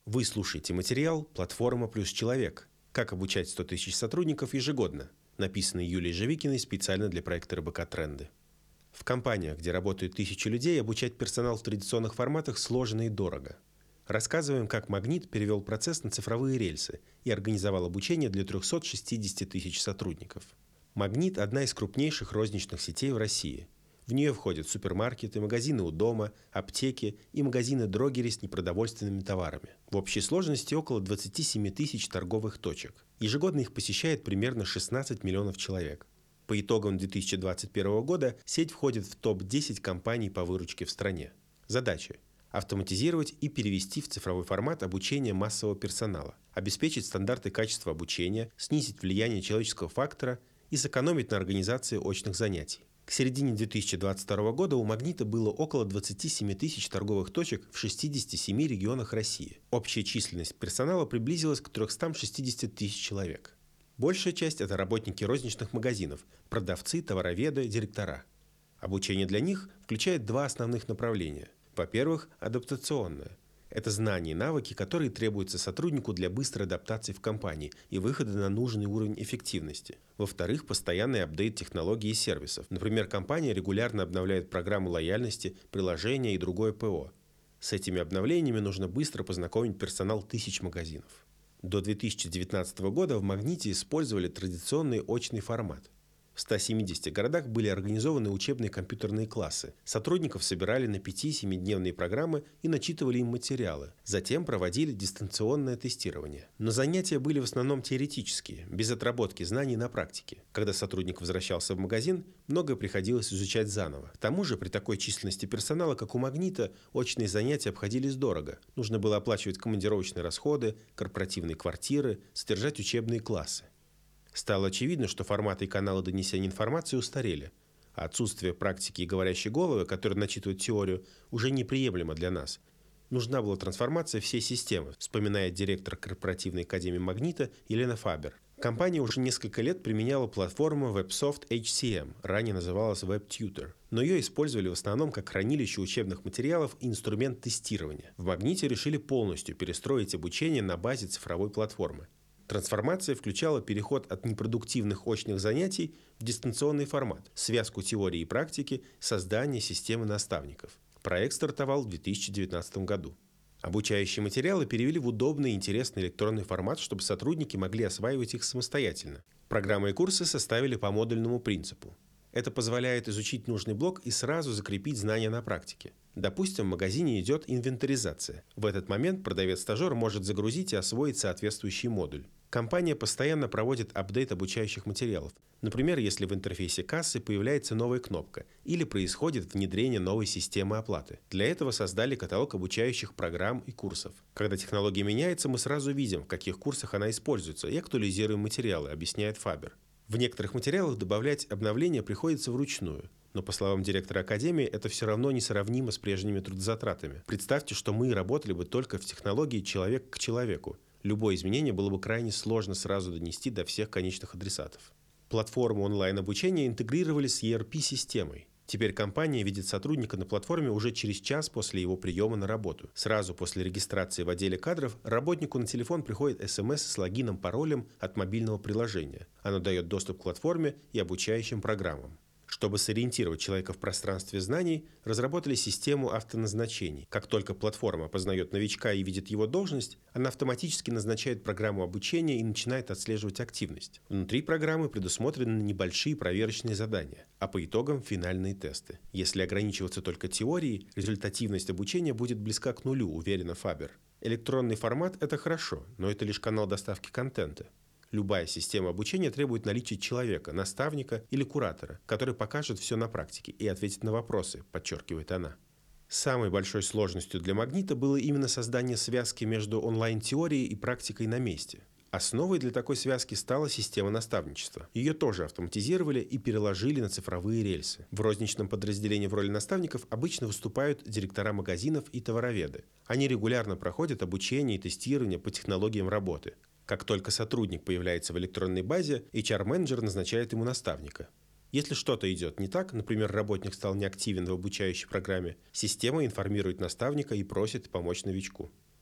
Вы слушаете материал «Платформа плюс человек. Как обучать 100 тысяч сотрудников ежегодно», написанный Юлией Живикиной специально для проекта РБК «Тренды». В компаниях, где работают тысячи людей, обучать персонал в традиционных форматах сложно и дорого. Рассказываем, как «Магнит» перевел процесс на цифровые рельсы и организовал обучение для 360 тысяч сотрудников. «Магнит» – одна из крупнейших розничных сетей в России. В нее входят супермаркеты, магазины у дома, аптеки и магазины-дрогери с непродовольственными товарами. В общей сложности около 27 тысяч торговых точек. Ежегодно их посещает примерно 16 миллионов человек. По итогам 2021 года сеть входит в топ-10 компаний по выручке в стране. Задачи – автоматизировать и перевести в цифровой формат обучение массового персонала, обеспечить стандарты качества обучения, снизить влияние человеческого фактора и сэкономить на организации очных занятий. К середине 2022 года у «Магнита» было около 27 тысяч торговых точек в 67 регионах России. Общая численность персонала приблизилась к 360 тысяч человек. Большая часть – это работники розничных магазинов, продавцы, товароведы, директора. Обучение для них включает два основных направления. Во-первых, адаптационное. Это знания и навыки, которые требуются сотруднику для быстрой адаптации в компании и выхода на нужный уровень эффективности. Во-вторых, постоянный апдейт технологий и сервисов. Например, компания регулярно обновляет программы лояльности, приложения и другое ПО. С этими обновлениями нужно быстро познакомить персонал тысяч магазинов. До 2019 года в «Магните» использовали традиционный очный формат. В 170 городах были организованы учебные компьютерные классы. Сотрудников собирали на 5-7-дневные программы и начитывали им материалы. Затем проводили дистанционное тестирование. Но занятия были в основном теоретические, без отработки знаний на практике. Когда сотрудник возвращался в магазин, многое приходилось изучать заново. К тому же, при такой численности персонала, как у «Магнита», очные занятия обходились дорого. Нужно было оплачивать командировочные расходы, корпоративные квартиры, содержать учебные классы. Стало очевидно, что форматы и каналы донесения информации устарели, а отсутствие практики и говорящей головы, которые начитывают теорию, уже неприемлемо для нас. Нужна была трансформация всей системы, вспоминает директор корпоративной академии «Магнита» Елена Фабер. Компания уже несколько лет применяла платформу WebSoft HCM, ранее называлась WebTutor, но ее использовали в основном как хранилище учебных материалов и инструмент тестирования. В «Магните» решили полностью перестроить обучение на базе цифровой платформы. Трансформация включала переход от непродуктивных очных занятий в дистанционный формат, связку теории и практики, создание системы наставников. Проект стартовал в 2019 году. Обучающие материалы перевели в удобный и интересный электронный формат, чтобы сотрудники могли осваивать их самостоятельно. Программы и курсы составили по модульному принципу. Это позволяет изучить нужный блок и сразу закрепить знания на практике. Допустим, в магазине идет инвентаризация. В этот момент продавец-стажер может загрузить и освоить соответствующий модуль. Компания постоянно проводит апдейт обучающих материалов. Например, если в интерфейсе кассы появляется новая кнопка или происходит внедрение новой системы оплаты. Для этого создали каталог обучающих программ и курсов. Когда технология меняется, мы сразу видим, в каких курсах она используется, и актуализируем материалы, объясняет Фабер. В некоторых материалах добавлять обновления приходится вручную. Но, по словам директора академии, это все равно несравнимо с прежними трудозатратами. Представьте, что мы работали бы только в технологии человек к человеку. Любое изменение было бы крайне сложно сразу донести до всех конечных адресатов. Платформу онлайн-обучения интегрировали с ERP-системой. Теперь компания видит сотрудника на платформе уже через час после его приема на работу. Сразу после регистрации в отделе кадров работнику на телефон приходит СМС с логином-паролем от мобильного приложения. Оно дает доступ к платформе и обучающим программам. Чтобы сориентировать человека в пространстве знаний, разработали систему автоназначений. Как только платформа опознает новичка и видит его должность, она автоматически назначает программу обучения и начинает отслеживать активность. Внутри программы предусмотрены небольшие проверочные задания, а по итогам финальные тесты. Если ограничиваться только теорией, результативность обучения будет близка к нулю, уверена Фабер. Электронный формат – это хорошо, но это лишь канал доставки контента. Любая система обучения требует наличия человека, наставника или куратора, который покажет все на практике и ответит на вопросы, подчеркивает она. Самой большой сложностью для «Магнита» было именно создание связки между онлайн-теорией и практикой на месте. Основой для такой связки стала система наставничества. Ее тоже автоматизировали и переложили на цифровые рельсы. В розничном подразделении в роли наставников обычно выступают директора магазинов и товароведы. Они регулярно проходят обучение и тестирование по технологиям работы. Как только сотрудник появляется в электронной базе, HR-менеджер назначает ему наставника. Если что-то идет не так, например, работник стал неактивен в обучающей программе, система информирует наставника и просит помочь новичку.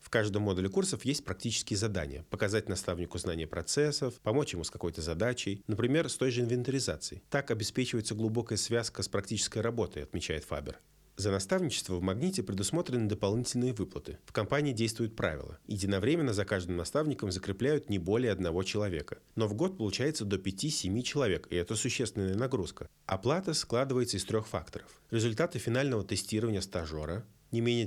В каждом модуле курсов есть практические задания. Показать наставнику знание процессов, помочь ему с какой-то задачей, например, с той же инвентаризацией. Так обеспечивается глубокая связка с практической работой, отмечает Фабер. За наставничество в «Магните» предусмотрены дополнительные выплаты. В компании действуют правила. Единовременно за каждым наставником закрепляют не более одного человека. Но в год получается до 5-7 человек, и это существенная нагрузка. Оплата складывается из 3 факторов. Результаты финального тестирования стажера, не менее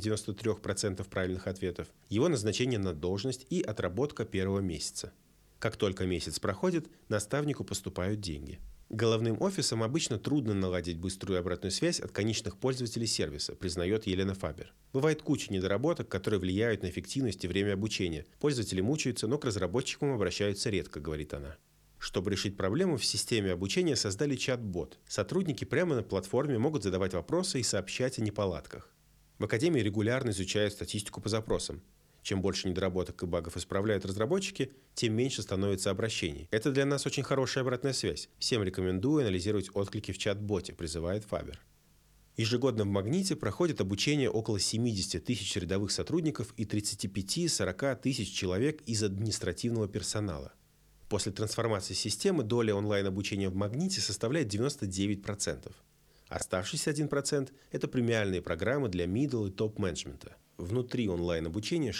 93% правильных ответов, его назначение на должность и отработка первого месяца. Как только месяц проходит, наставнику поступают деньги. Головным офисам обычно трудно наладить быструю обратную связь от конечных пользователей сервиса, признает Елена Фабер. Бывает куча недоработок, которые влияют на эффективность и время обучения. Пользователи мучаются, но к разработчикам обращаются редко, говорит она. Чтобы решить проблему, в системе обучения создали чат-бот. Сотрудники прямо на платформе могут задавать вопросы и сообщать о неполадках. В Академии регулярно изучают статистику по запросам. Чем больше недоработок и багов исправляют разработчики, тем меньше становится обращений. Это для нас очень хорошая обратная связь. Всем рекомендую анализировать отклики в чат-боте, призывает Фабер. Ежегодно в «Магните» проходит обучение около 70 тысяч рядовых сотрудников и 35-40 тысяч человек из административного персонала. После трансформации системы доля онлайн-обучения в «Магните» составляет 99%. Оставшийся 1% – это премиальные программы для middle и топ-менеджмента. Внутри онлайн-обучения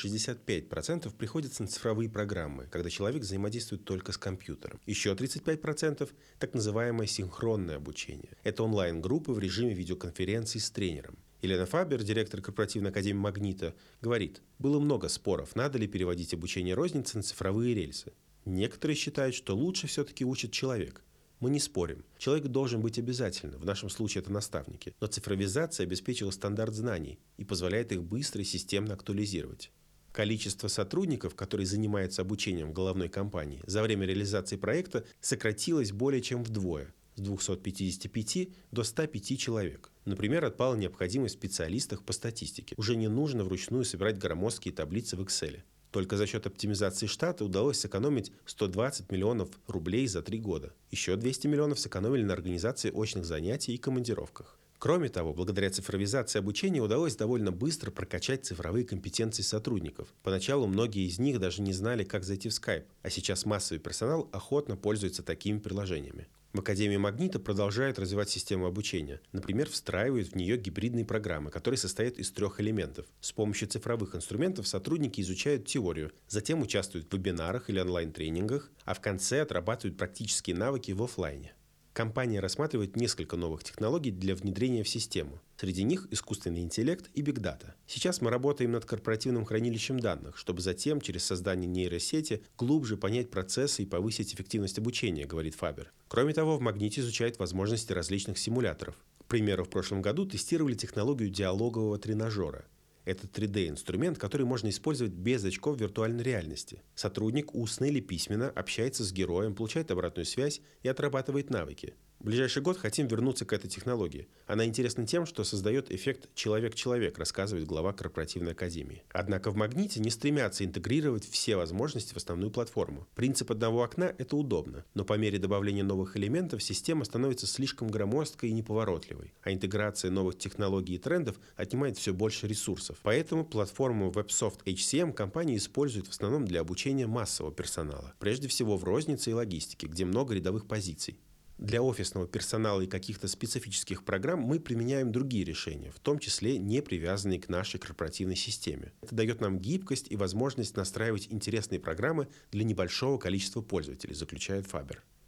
65% приходится на цифровые программы, когда человек взаимодействует только с компьютером. Еще 35% – так называемое синхронное обучение. Это онлайн-группы в режиме видеоконференции с тренером. Елена Фабер, директор корпоративной академии «Магнита», говорит, было много споров, надо ли переводить обучение розницы на цифровые рельсы. Некоторые считают, что лучше все-таки учит человек. Мы не спорим. Человек должен быть обязательно, в нашем случае это наставники. Но цифровизация обеспечила стандарт знаний и позволяет их быстро и системно актуализировать. Количество сотрудников, которые занимаются обучением в головной компании, за время реализации проекта сократилось более чем вдвое – с 255 до 105 человек. Например, отпала необходимость в специалистах по статистике. Уже не нужно вручную собирать громоздкие таблицы в Excel. Только за счет оптимизации штата удалось сэкономить 120 миллионов рублей за 3 года. Еще 200 миллионов сэкономили на организации очных занятий и командировках. Кроме того, благодаря цифровизации обучения удалось довольно быстро прокачать цифровые компетенции сотрудников. Поначалу многие из них даже не знали, как зайти в Skype, а сейчас массовый персонал охотно пользуется такими приложениями. В Академии «Магнита» продолжают развивать систему обучения. Например, встраивают в нее гибридные программы, которые состоят из 3 элементов. С помощью цифровых инструментов сотрудники изучают теорию, затем участвуют в вебинарах или онлайн-тренингах, а в конце отрабатывают практические навыки в офлайне. Компания рассматривает несколько новых технологий для внедрения в систему. Среди них искусственный интеллект и бигдата. Сейчас мы работаем над корпоративным хранилищем данных, чтобы затем через создание нейросети глубже понять процессы и повысить эффективность обучения, говорит Фабер. Кроме того, в «Магните» изучают возможности различных симуляторов. К примеру, в прошлом году тестировали технологию диалогового тренажера. Это 3D-инструмент, который можно использовать без очков виртуальной реальности. Сотрудник устно или письменно общается с героем, получает обратную связь и отрабатывает навыки. В ближайший год хотим вернуться к этой технологии. Она интересна тем, что создает эффект «человек-человек», рассказывает глава корпоративной академии. Однако в «Магните» не стремятся интегрировать все возможности в основную платформу. Принцип одного окна – это удобно, но по мере добавления новых элементов система становится слишком громоздкой и неповоротливой, а интеграция новых технологий и трендов отнимает все больше ресурсов. Поэтому платформу WebSoft HCM компания использует в основном для обучения массового персонала, прежде всего в рознице и логистике, где много рядовых позиций. Для офисного персонала и каких-то специфических программ мы применяем другие решения, в том числе не привязанные к нашей корпоративной системе. Это дает нам гибкость и возможность настраивать интересные программы для небольшого количества пользователей, заключает Фабер.